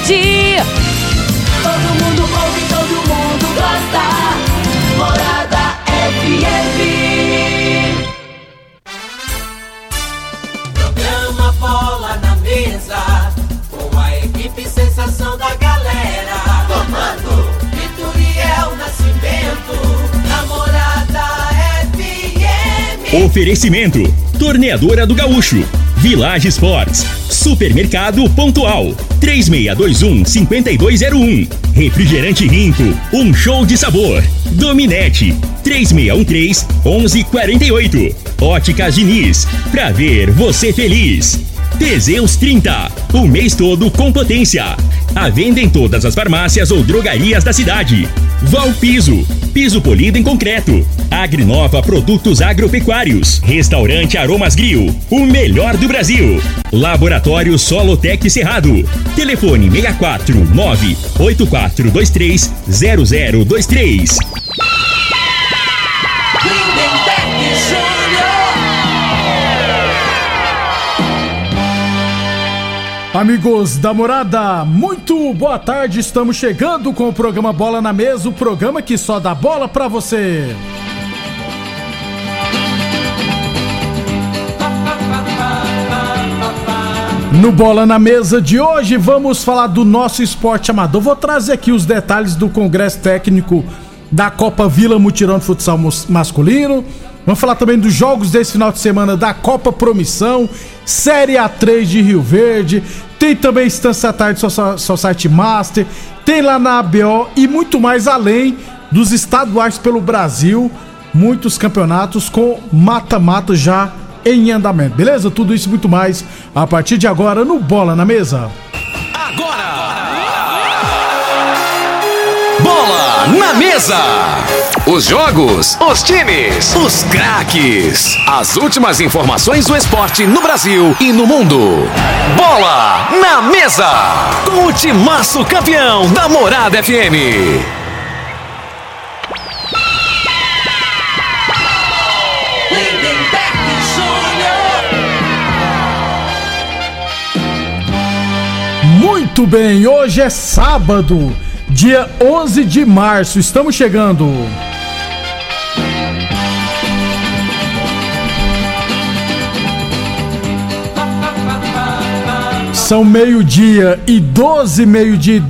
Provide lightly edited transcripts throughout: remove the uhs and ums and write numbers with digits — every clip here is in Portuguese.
curtir. Todo mundo ouve, todo mundo gosta. Morada FM. Programa Bola na Mesa, com a equipe sensação da galera. Comando Vitoriel Nascimento, na Morada FM. Oferecimento: Torneadora do Gaúcho, Village Sports, Supermercado Pontual, 3621-5201, Refrigerante Rinco, um show de sabor, Dominete, 3613-1148, Óticas Diniz, pra ver você feliz. Teseus 30, o mês todo com potência. À venda em todas as farmácias ou drogarias da cidade. Valpiso, piso polido em concreto. Agrinova Produtos Agropecuários. Restaurante Aromas Grill, o melhor do Brasil. Laboratório Solotec Cerrado. Telefone 649-8423-0023. Amigos da Morada, muito boa tarde, estamos chegando com o programa Bola na Mesa, o programa que só dá bola pra você. No Bola na Mesa de hoje vamos falar do nosso esporte amador. Vou trazer aqui os detalhes do Congresso Técnico da Copa Vila Mutirão de Futsal Masculino. Vamos falar também dos jogos desse final de semana da Copa Promissão, Série A3 de Rio Verde, tem também Estância Tarde Society Master, tem lá na ABO e muito mais além dos estaduais pelo Brasil, muitos campeonatos com mata-mata já em andamento, beleza? Tudo isso e muito mais a partir de agora no Bola na Mesa. Bola na Mesa. Os jogos, os times, os craques. As últimas informações do esporte no Brasil e no mundo. Bola na Mesa. Com o timaço campeão da Morada FM. Muito bem, hoje é sábado, dia 11 de março, estamos chegando. São meio-dia e 12, meio-dia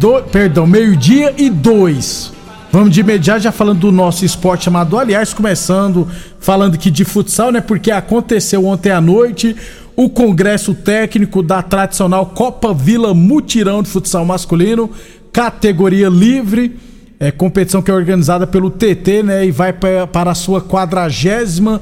e 2. Vamos de imediato já falando do nosso esporte amador, aliás, começando falando aqui de futsal, né? Porque aconteceu ontem à noite o Congresso Técnico da tradicional Copa Vila Mutirão de Futsal Masculino, categoria livre, competição que é organizada pelo TT, né? E vai para a sua 49ª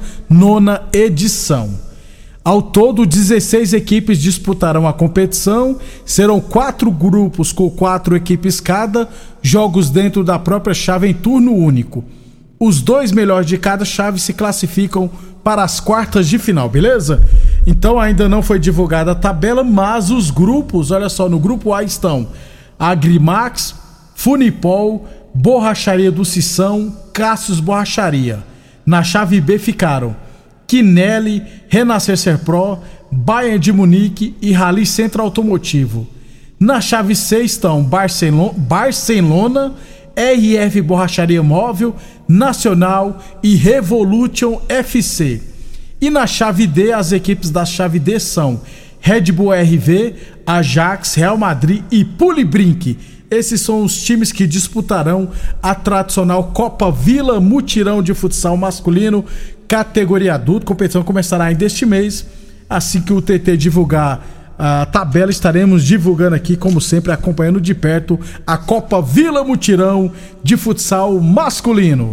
edição. Ao todo, 16 equipes disputarão a competição, serão 4 grupos com 4 equipes cada, jogos dentro da própria chave em turno único. Os 2 melhores de cada chave se classificam para as quartas de final, beleza? Então ainda não foi divulgada a tabela, mas os grupos, olha só, no grupo A estão Agrimax, Funipol, Borracharia do Cição, Cássius Borracharia. Na chave B ficaram Quinelli, Renascer Serpro, Bayern de Munique e Rally Centro Automotivo. Na chave C estão Barcelona, RF Borracharia Móvel, Nacional e Revolution FC. E na chave D, as equipes da chave D são Red Bull RV, Ajax, Real Madrid e Pulibrink. Esses são os times que disputarão a tradicional Copa Vila Mutirão de Futsal Masculino, categoria adulto. A competição começará ainda este mês. Assim que o TT divulgar a tabela, estaremos divulgando aqui, como sempre, acompanhando de perto a Copa Vila Mutirão de Futsal Masculino.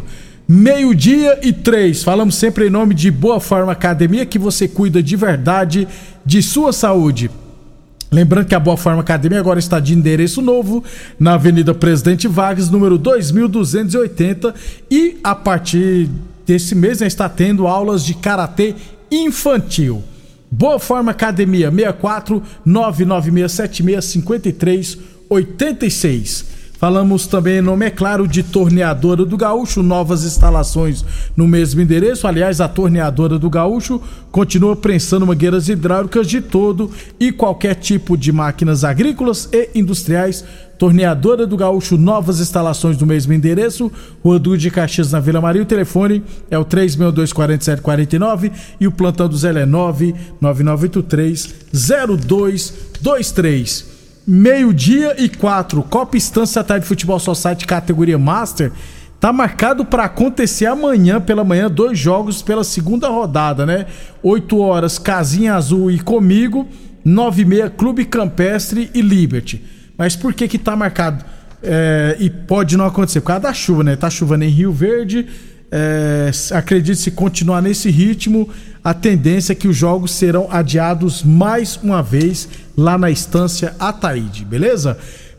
12:03, falamos sempre em nome de Boa Forma Academia, que você cuida de verdade de sua saúde. Lembrando que a Boa Forma Academia agora está de endereço novo, na Avenida Presidente Vargas, número 2280, e a partir desse mês, né, está tendo aulas de karatê infantil. Boa Forma Academia, 64 99676 5386. Falamos também, nome é claro, de Torneadora do Gaúcho, novas instalações no mesmo endereço. Aliás, a Torneadora do Gaúcho continua prensando mangueiras hidráulicas de todo e qualquer tipo de máquinas agrícolas e industriais. Torneadora do Gaúcho, novas instalações no mesmo endereço, Rua Duque de Caxias, na Vila Maria. O telefone é o 3624749 e o plantão do Zé é 999830223. 12:04, Copa Estância Tarde Futebol Society categoria Master tá marcado para acontecer amanhã pela manhã, 2 jogos pela segunda rodada, né? 8 horas Casinha Azul e Comigo, 9h30 Clube Campestre e Liberty. Mas por que tá marcado? E pode não acontecer por causa da chuva, né? Tá chovendo em Rio Verde. Acredito, se continuar nesse ritmo, a tendência é que os jogos serão adiados mais uma vez lá na Estância Ataíde, beleza?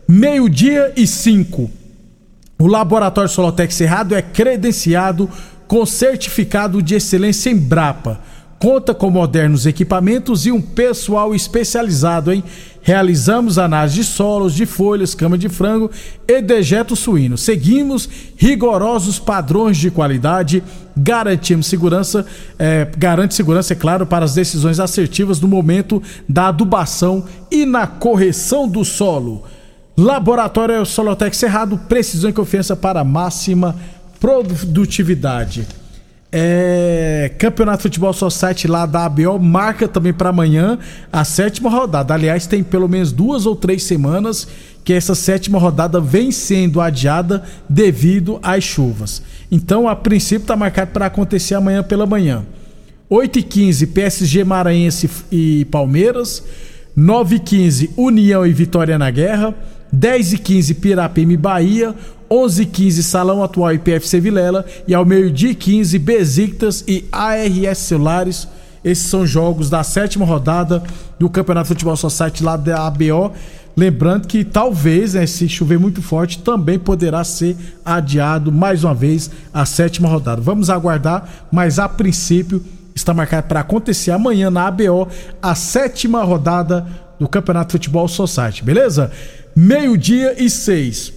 12:05. O Laboratório Solotec Cerrado é credenciado com certificado de excelência Embrapa. Conta com modernos equipamentos e um pessoal especializado, hein? Realizamos análise de solos, de folhas, cama de frango e dejeto suíno. Seguimos rigorosos padrões de qualidade, garantimos segurança, garante segurança, é claro, para as decisões assertivas no momento da adubação e na correção do solo. Laboratório Solotec Cerrado, precisão e confiança para máxima produtividade. Campeonato Futebol Society lá da ABO marca também para amanhã a 7ª rodada. Aliás, tem pelo menos 2 ou 3 semanas que essa 7ª rodada vem sendo adiada devido às chuvas. Então, a princípio, está marcado para acontecer amanhã pela manhã. 8h15, PSG Maranhense e Palmeiras. 9h15, União e Vitória na Guerra. 10h15, Pirapema e Bahia. 11h15, Salão Atual e PFC Vilela. E ao 12h15, Besiktas e ARS Celulares. Esses são jogos da 7ª rodada do Campeonato Futebol Society lá da ABO. Lembrando que talvez, né, se chover muito forte, também poderá ser adiado mais uma vez a 7ª rodada. Vamos aguardar, mas a princípio está marcado para acontecer amanhã na ABO a 7ª rodada do Campeonato Futebol Society, beleza? 12:06.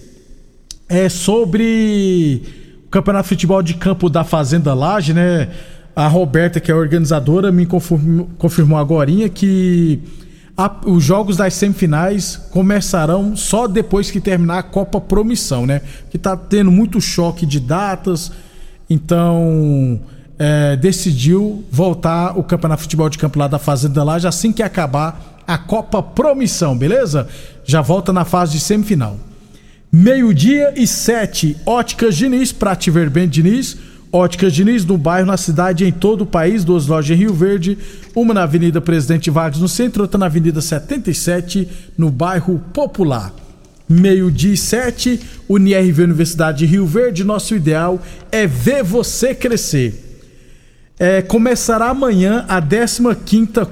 Sobre o Campeonato de Futebol de Campo da Fazenda Laje, né? A Roberta, que é a organizadora, me confirmou agorinha que os jogos das semifinais começarão só depois que terminar a Copa Promissão, né? Que tá tendo muito choque de datas, então decidiu voltar o Campeonato de Futebol de Campo lá da Fazenda Laje assim que acabar a Copa Promissão, beleza? Já volta na fase de semifinal. 12:07, Óticas Diniz, pra te ver bem, Diniz. Óticas Diniz, no bairro, na cidade, em todo o país. 2 lojas em Rio Verde, uma na Avenida Presidente Vargas, no centro, outra na Avenida 77, no bairro Popular. 12:07, UniRV Universidade de Rio Verde, nosso ideal é ver você crescer. Começará amanhã a 15ª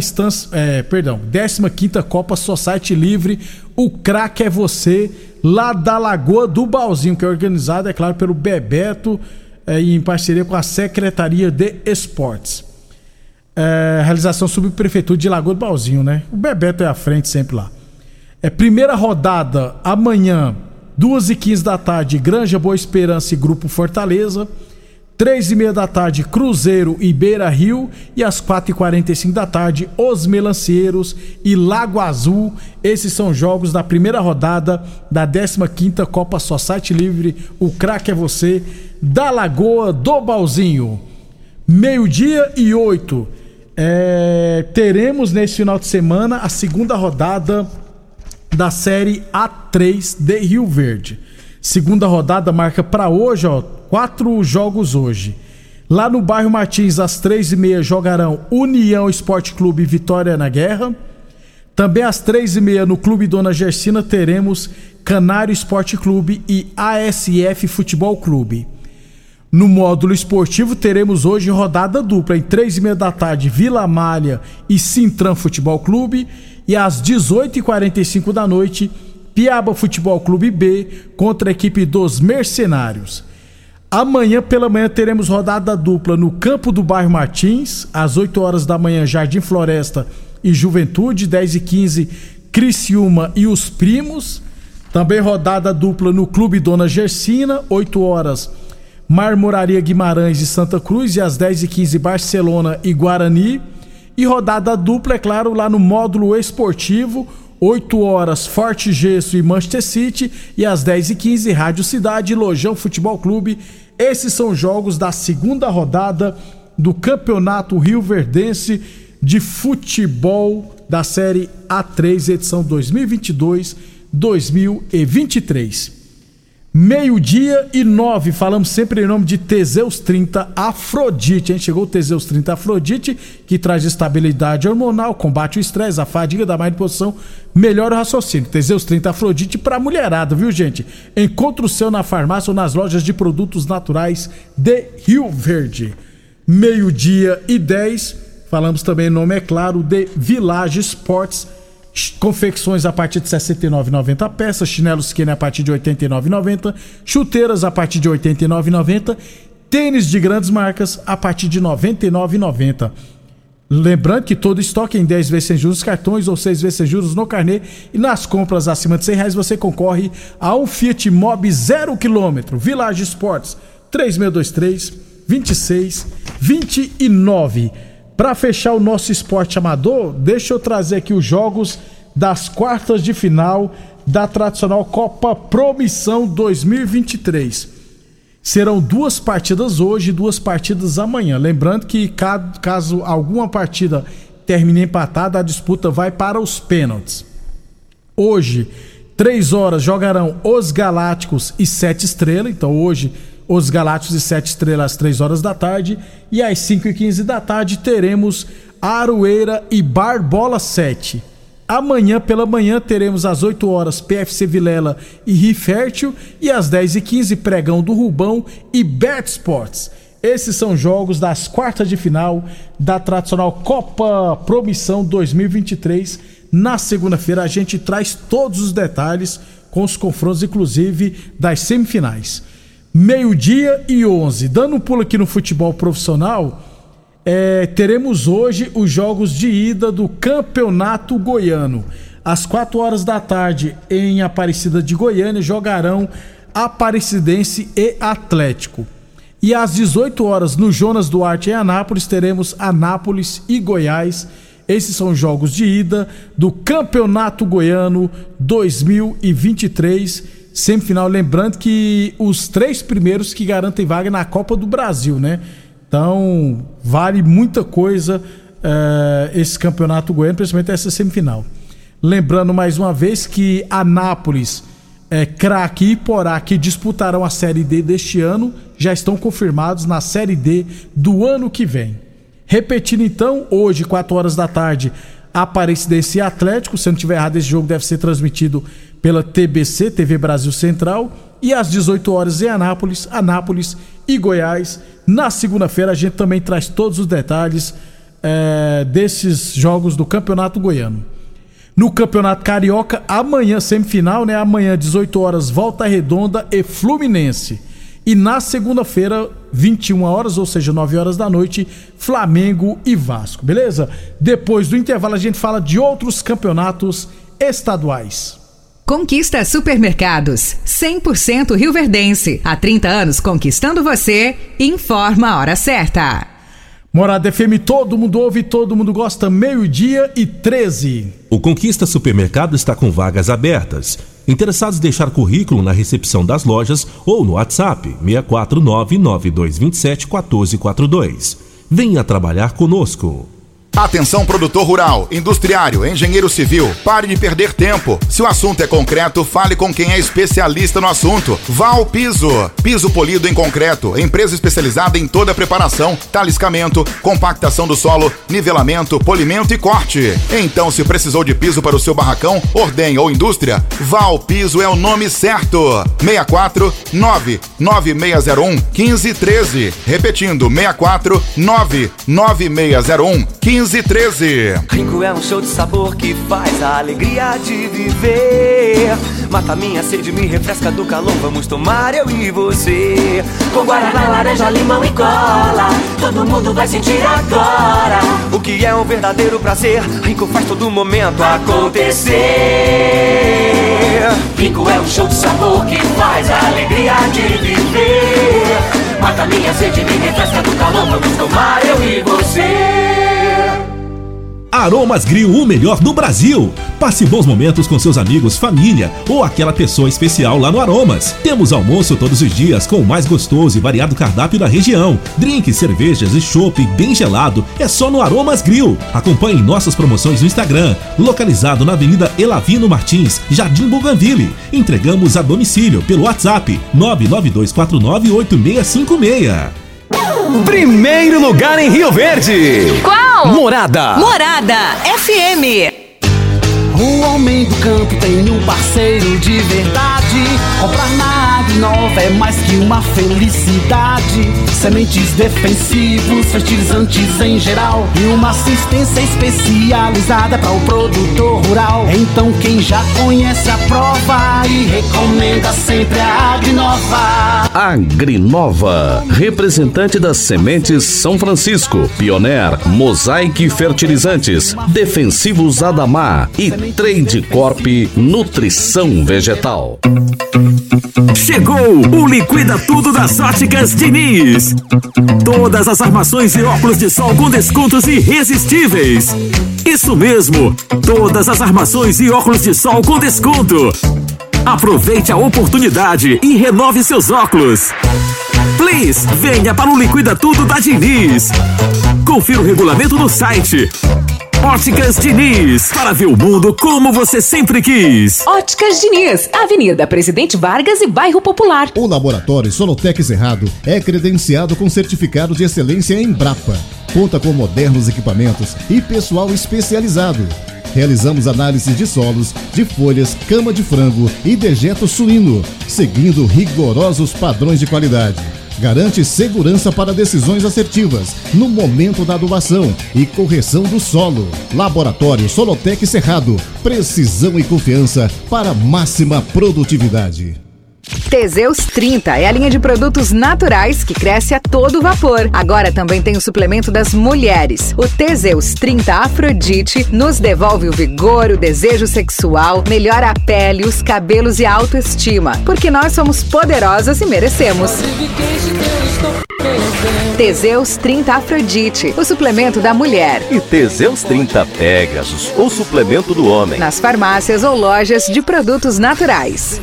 Copa Society Livre. O craque é você, lá da Lagoa do Balzinho, que é organizado, é claro, pelo Bebeto, em parceria com a Secretaria de Esportes. Realização Subprefeitura de Lagoa do Balzinho, né? O Bebeto é à frente sempre lá. Primeira rodada amanhã, 2h15 da tarde, Granja Boa Esperança e Grupo Fortaleza. 3h30 da tarde, Cruzeiro e Beira Rio. E às 4h45 da tarde, Os Melancieiros e Lago Azul. Esses são jogos da primeira rodada da 15ª Copa Society Livre. O craque é você, da Lagoa do Balzinho. 12:08. Teremos nesse final de semana a segunda rodada da Série A3 de Rio Verde. Segunda rodada marca para hoje, 4 jogos hoje. Lá no bairro Martins, às 3h30, jogarão União Esporte Clube e Vitória na Guerra. Também às 3h30, no Clube Dona Gersina, teremos Canário Esporte Clube e ASF Futebol Clube. No módulo esportivo, teremos hoje rodada dupla, em 3h30 da tarde, Vila Malha e Sintran Futebol Clube. E às 18h45 da noite, Piaba Futebol Clube B contra a equipe dos Mercenários. Amanhã pela manhã teremos rodada dupla no campo do bairro Martins, às 8 horas da manhã, Jardim Floresta e Juventude. 10h15, Criciúma e os Primos. Também rodada dupla no Clube Dona Gersina, 8 horas, Marmoraria Guimarães e Santa Cruz, e às 10h15 Barcelona e Guarani. E rodada dupla, é claro, lá no Módulo Esportivo, 8 horas Forte Gesso e Manchester City, e às 10h15 Rádio Cidade e Lojão Futebol Clube. Esses são jogos da segunda rodada do Campeonato Rioverdense de Futebol da Série A3, edição 2022-2023. 12:09, falamos sempre em nome de Teseus 30 Afrodite, hein? Chegou o Teseus 30 Afrodite, que traz estabilidade hormonal, combate o estresse, a fadiga, dá mais disposição, melhora o raciocínio. Teseus 30 Afrodite pra mulherada, viu, gente? Encontre o seu na farmácia ou nas lojas de produtos naturais de Rio Verde. 12:10, falamos também em nome, é claro, de Village Sports. Confecções a partir de R$ 69,90 peças, chinelos skinny a partir de R$ 89,90, chuteiras a partir de R$ 89,90, tênis de grandes marcas a partir de R$ 99,90. Lembrando que todo estoque em 10 vezes sem juros cartões ou 6 vezes sem juros no carnê, e nas compras acima de R$100 você concorre a um Fiat Mobi 0 km. Village Sports 3623-2629. Para fechar o nosso esporte amador, deixa eu trazer aqui os jogos das quartas de final da tradicional Copa Promissão 2023. Serão 2 partidas hoje e 2 partidas amanhã. Lembrando que caso alguma partida termine empatada, a disputa vai para os pênaltis. Hoje, 3 horas, jogarão os Galácticos e 7 Estrelas. Então hoje, os Galácticos e 7 Estrelas às 3 horas da tarde. E às 5h15 da tarde teremos Aroeira e Barbola 7. Amanhã pela manhã teremos às 8 horas PFC Vilela e Rifértil. E às 10h15 Pregão do Rubão e Bet Sports. Esses são jogos das quartas de final da tradicional Copa Promissão 2023. Na segunda-feira a gente traz todos os detalhes com os confrontos, inclusive das semifinais. 12:11, dando um pulo aqui no futebol profissional, teremos hoje os jogos de ida do Campeonato Goiano. Às 4 horas da tarde, em Aparecida de Goiânia, jogarão Aparecidense e Atlético. E às 18 horas, no Jonas Duarte em Anápolis, teremos Anápolis e Goiás. Esses são os jogos de ida do Campeonato Goiano 2023. Semifinal, lembrando que os 3 primeiros que garantem vaga na Copa do Brasil, né? Então, vale muita coisa esse Campeonato Goiano, principalmente essa semifinal. Lembrando mais uma vez que Anápolis, Craque e Iporá, que disputarão a Série D deste ano, já estão confirmados na Série D do ano que vem. Repetindo então, hoje, 4 horas da tarde, Aparecidense e Atlético. Se eu não estiver errado, esse jogo deve ser transmitido pela TBC, TV Brasil Central. E às 18 horas em Anápolis e Goiás. Na segunda-feira a gente também traz todos os detalhes desses jogos do Campeonato Goiano. No Campeonato Carioca, amanhã, semifinal, né? Amanhã, 18 horas, Volta Redonda e Fluminense. E na segunda-feira, 21 horas, ou seja, 9 horas da noite, Flamengo e Vasco, beleza? Depois do intervalo a gente fala de outros campeonatos estaduais. Conquista Supermercados, 100% rioverdense. Há 30 anos conquistando você. Informa a hora certa. Morada FM, todo mundo ouve, todo mundo gosta, 12:13. O Conquista Supermercado está com vagas abertas. Interessados em deixar currículo na recepção das lojas ou no WhatsApp 649-9227-1442. Venha trabalhar conosco. Atenção, produtor rural, industriário, engenheiro civil, pare de perder tempo. Se o assunto é concreto, fale com quem é especialista no assunto. Val Piso, piso polido em concreto, empresa especializada em toda a preparação, taliscamento, compactação do solo, nivelamento, polimento e corte. Então, se precisou de piso para o seu barracão, ordem ou indústria, Val Piso é o nome certo. 649-9601-1513. Repetindo, 649-9601-1513. Rinco é um show de sabor que faz a alegria de viver. Mata minha sede, me refresca do calor. Vamos tomar eu e você. Com guaraná, laranja, limão e cola. Todo mundo vai sentir agora o que é um verdadeiro prazer. Rinco faz todo momento acontecer. Rinco é um show de sabor que faz a alegria de viver. Mata minha sede, me refresca do calor, vamos tomar eu e você. Aromas Grill, o melhor do Brasil. Passe bons momentos com seus amigos, família ou aquela pessoa especial lá no Aromas. Temos almoço todos os dias com o mais gostoso e variado cardápio da região. Drinks, cervejas e chopp bem gelado é só no Aromas Grill. Acompanhe nossas promoções no Instagram, localizado na Avenida Elavino Martins, Jardim Bougainville. Entregamos a domicílio pelo WhatsApp 992498656. Primeiro lugar em Rio Verde. Qual? Morada FM. O homem do campo tem um parceiro de verdade. Comprar na Agrinova é mais que uma felicidade. Sementes defensivos, fertilizantes em geral e uma assistência especializada para o produtor rural. Então quem já conhece a prova e recomenda sempre a Agrinova. Agrinova, representante das sementes São Francisco, Pioneer, Mosaic Fertilizantes, Defensivos Adamar e Trade Corp Nutrição Vegetal. Chegou o Liquida Tudo das Óticas Diniz. Todas as armações e óculos de sol com descontos irresistíveis. Isso mesmo, todas as armações e óculos de sol com desconto. Aproveite a oportunidade e renove seus óculos. Please, venha para o Liquida Tudo da Diniz. Confira o regulamento no site. Óticas Diniz, para ver o mundo como você sempre quis. Óticas Diniz, Avenida Presidente Vargas e Bairro Popular. O laboratório Solotec Cerrado é credenciado com certificado de excelência em Embrapa. Conta com modernos equipamentos e pessoal especializado. Realizamos análises de solos, de folhas, cama de frango e dejeto suíno, seguindo rigorosos padrões de qualidade. Garante segurança para decisões assertivas no momento da adubação e correção do solo. Laboratório Solotec Cerrado. Precisão e confiança para máxima produtividade. Teseus 30 é a linha de produtos naturais que cresce a todo vapor. Agora também tem o suplemento das mulheres. O Teseus 30 Afrodite nos devolve o vigor, o desejo sexual, melhora a pele, os cabelos e a autoestima. Porque nós somos poderosas e merecemos. Teseus 30 Afrodite, o suplemento da mulher. E Teseus 30 Pegasus, o suplemento do homem. Nas farmácias ou lojas de produtos naturais.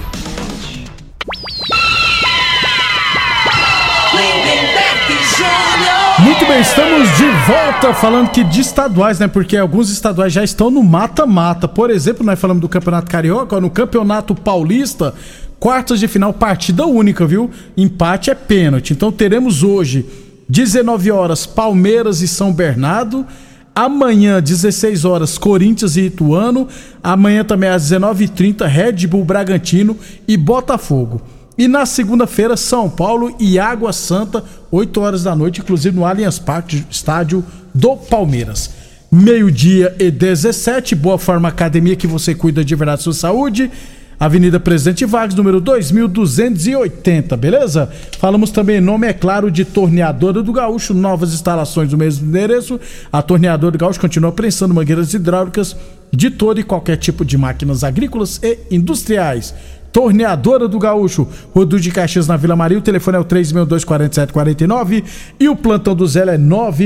Muito bem, estamos de volta falando que de estaduais, né? Porque alguns estaduais já estão no mata-mata. Por exemplo, nós falamos do Campeonato Carioca, no Campeonato Paulista, quartas de final, partida única, viu? Empate é pênalti. Então teremos hoje, 19 horas, Palmeiras e São Bernardo. Amanhã, 16 horas, Corinthians e Ituano. Amanhã também às 19h30, Red Bull Bragantino e Botafogo. E na segunda-feira, São Paulo e Água Santa, 8 horas da noite, inclusive no Allianz Parque, estádio do Palmeiras. 12h17, Boa Forma Academia, que você cuida de verdade da sua saúde. Avenida Presidente Vargas, número 2280, beleza? Falamos também, em nome, é claro, de Torneadora do Gaúcho, novas instalações do mesmo endereço. A Torneadora do Gaúcho continua prensando mangueiras hidráulicas de todo e qualquer tipo de máquinas agrícolas e industriais. Torneadora do Gaúcho, Rodul de Caxias na Vila Maria, o telefone é o 362-4749 e o plantão do Zé é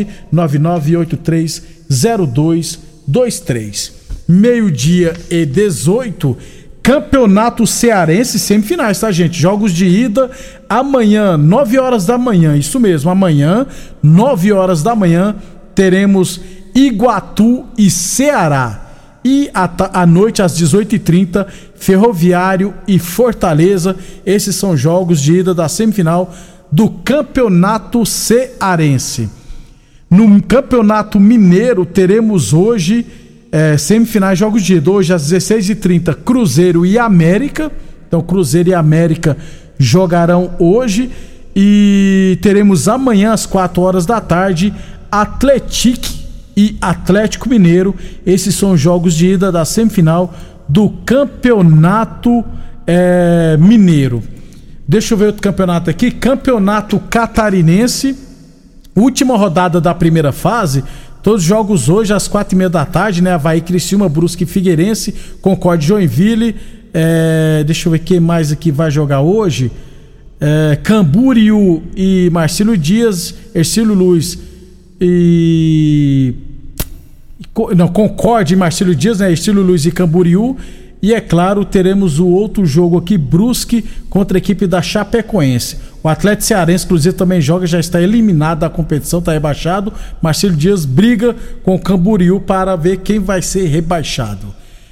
999830223. 12h18, Campeonato Cearense, semifinais, tá, gente? Jogos de ida amanhã, 9 horas da manhã, isso mesmo, amanhã, 9 horas da manhã, teremos Iguatu e Ceará. E à noite, às 18h30, Ferroviário e Fortaleza. Esses são jogos de ida da semifinal do Campeonato Cearense. No Campeonato Mineiro, teremos hoje semifinais, jogos de ida. Hoje, às 16h30, Cruzeiro e América. Então, Cruzeiro e América jogarão hoje. E teremos amanhã, às 4 horas da tarde, Atlético e Atlético Mineiro. Esses são os jogos de ida da semifinal do Campeonato Mineiro. Deixa eu ver outro campeonato aqui. Campeonato Catarinense, última rodada da primeira fase. Todos os jogos hoje às 4h30 da tarde, né? Avaí, Criciúma, Brusque e Figueirense, Concorde, Joinville, Deixa eu ver quem mais aqui vai jogar hoje. Camboriú e Marcílio Dias, Ercílio Luz Concórdia e Marcílio Dias, né? Ercílio Luz e Camboriú. E é claro, teremos o outro jogo aqui, Brusque contra a equipe da Chapecoense. O Atlético Cearense, inclusive, também joga, já está eliminado da competição, está rebaixado. Marcílio Dias briga com o Camboriú para ver quem vai ser rebaixado.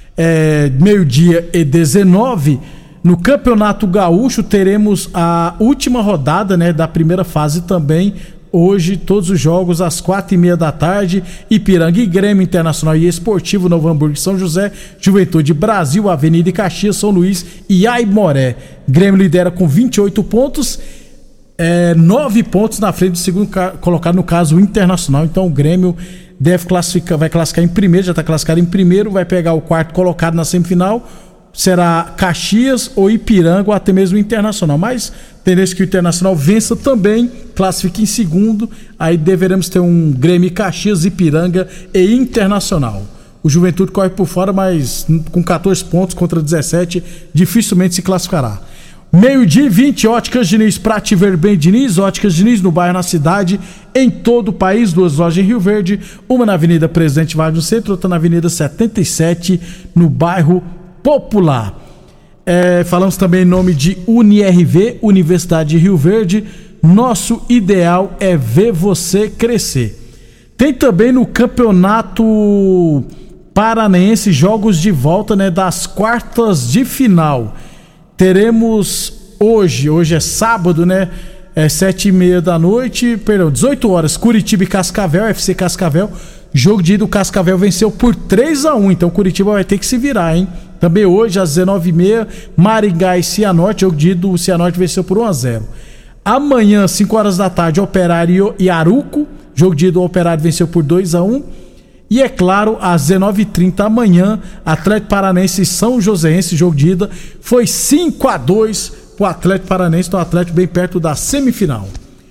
12h19, no Campeonato Gaúcho teremos a última rodada, né, da primeira fase também. Hoje, todos os jogos às 4h30 da tarde, Ipiranga e Grêmio, Internacional e Esportivo, Novo Hamburgo e São José, Juventude Brasil, Avenida e Caxias, São Luís e Aimoré. Grêmio lidera com 28 pontos, 9 pontos na frente do segundo colocado, no caso o Internacional. Então o Grêmio vai classificar em primeiro, já está classificado em primeiro, vai pegar o quarto colocado na semifinal. Será Caxias ou Ipiranga ou até mesmo Internacional, mas tendência que o Internacional vença também, classifique em segundo, aí deveremos ter um Grêmio, Caxias, Ipiranga e Internacional. O Juventude corre por fora, mas com 14 pontos contra 17, dificilmente se classificará. 12h20, Óticas Diniz, pra te ver bem, Diniz. Óticas Diniz no bairro, na cidade, em todo o país. 2 lojas em Rio Verde, uma na Avenida Presidente Vargas no centro, outra na Avenida 77 no bairro Popular. Falamos também em nome de UniRV, Universidade de Rio Verde. Nosso ideal é ver você crescer. Tem também no Campeonato Paranaense jogos de volta, né, das quartas de final. Teremos hoje é sábado, né? 7h30 da noite, 18 horas, Curitiba e Cascavel, FC Cascavel. Jogo de ida, o Cascavel venceu por 3-1, então Curitiba vai ter que se virar, hein? Também hoje, às 19h30, Maringá e Cianorte, jogo de ida, o Cianorte venceu por 1-0. Amanhã, 5 horas da tarde, Operário e Aruco, jogo de ida, o Operário venceu por 2-1. E é claro, às 19h30 amanhã, Atlético Paranaense e São Joséense, jogo de ida, foi 5-2 pro Atlético Paranaense, então o Atlético bem perto da semifinal.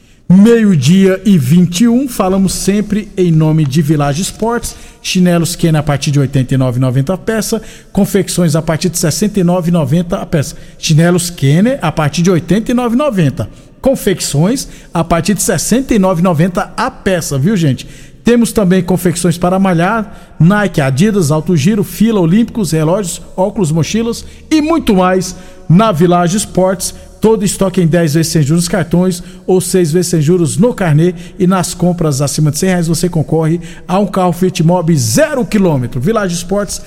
12h21, falamos sempre em nome de Village Esportes, chinelos Kenner a partir de R$ 89,90 a peça, confecções a partir de R$ 69,90 a peça. Chinelos Kenner a partir de R$ 89,90. Confecções a partir de R$ 69,90 a peça, viu, gente? Temos também confecções para malhar, Nike, Adidas, Alto Giro, Fila, Olímpicos, relógios, óculos, mochilas e muito mais na Village Esportes. Todo estoque em 10 vezes sem juros nos cartões ou 6 vezes sem juros no carnê, e nas compras acima de R$100 você concorre a um carro Fiat Mobi 0 km. Village Esportes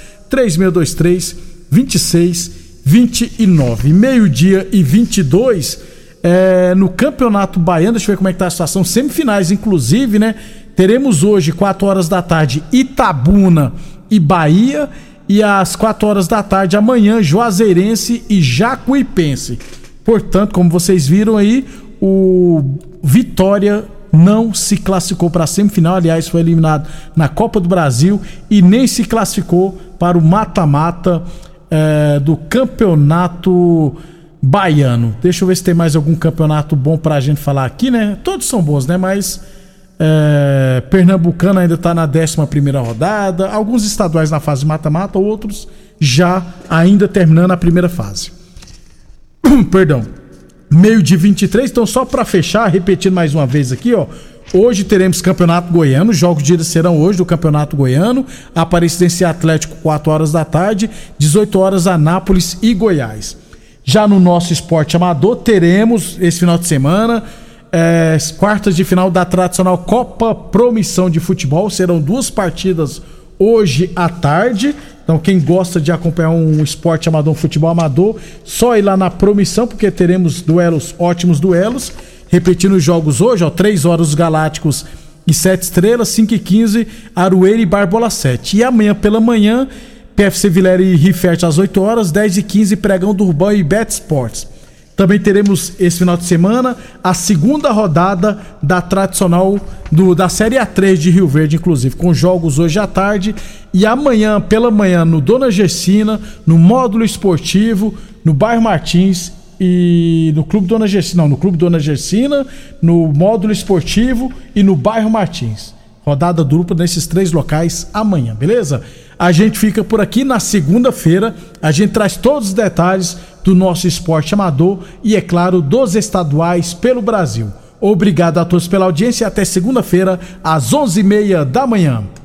3623-2629. 12h22, no Campeonato Baiano, deixa eu ver como é que tá a situação, semifinais inclusive, né? Teremos hoje, 4 horas da tarde, Itabuna e Bahia, e às 4 horas da tarde amanhã, Juazeirense e Jacuipense. Portanto, como vocês viram aí, o Vitória não se classificou para a semifinal, aliás, foi eliminado na Copa do Brasil e nem se classificou para o mata-mata do Campeonato Baiano. Deixa eu ver se tem mais algum campeonato bom para a gente falar aqui, né? Todos são bons, né? Mas Pernambucano ainda está na 11ª rodada, alguns estaduais na fase de mata-mata, outros já ainda terminando a primeira fase. Perdão, 12h23, então só para fechar, repetindo mais uma vez aqui, ó, hoje teremos Campeonato Goiano, jogos de ida serão hoje do Campeonato Goiano, Aparecidense Atlético 4 horas da tarde, 18 horas Anápolis e Goiás. Já no nosso esporte amador, teremos esse final de semana quartas de final da tradicional Copa Promissão de Futebol, serão 2 partidas hoje à tarde. Então quem gosta de acompanhar um esporte amador, um futebol amador, só ir lá na Promissão, porque teremos ótimos duelos. Repetindo os jogos hoje, 3 horas os Galácticos e 7 Estrelas, 5h15 Aroeira e Barbola 7. E amanhã pela manhã, PFC Vilela e Rifert às 8 horas, 10h15 Pregão do Urbão e Bet Sports. Também teremos esse final de semana a segunda rodada da tradicional da Série A3 de Rio Verde, inclusive, com jogos hoje à tarde e amanhã, pela manhã, no Dona Gersina, no Módulo Esportivo, no Bairro Martins e no Clube Dona Gersina, no Módulo Esportivo e no Bairro Martins. Rodada dupla nesses 3 locais amanhã, beleza? A gente fica por aqui. Na segunda-feira a gente traz todos os detalhes do nosso esporte amador e, é claro, dos estaduais pelo Brasil. Obrigado a todos pela audiência e até segunda-feira às 11h30 da manhã.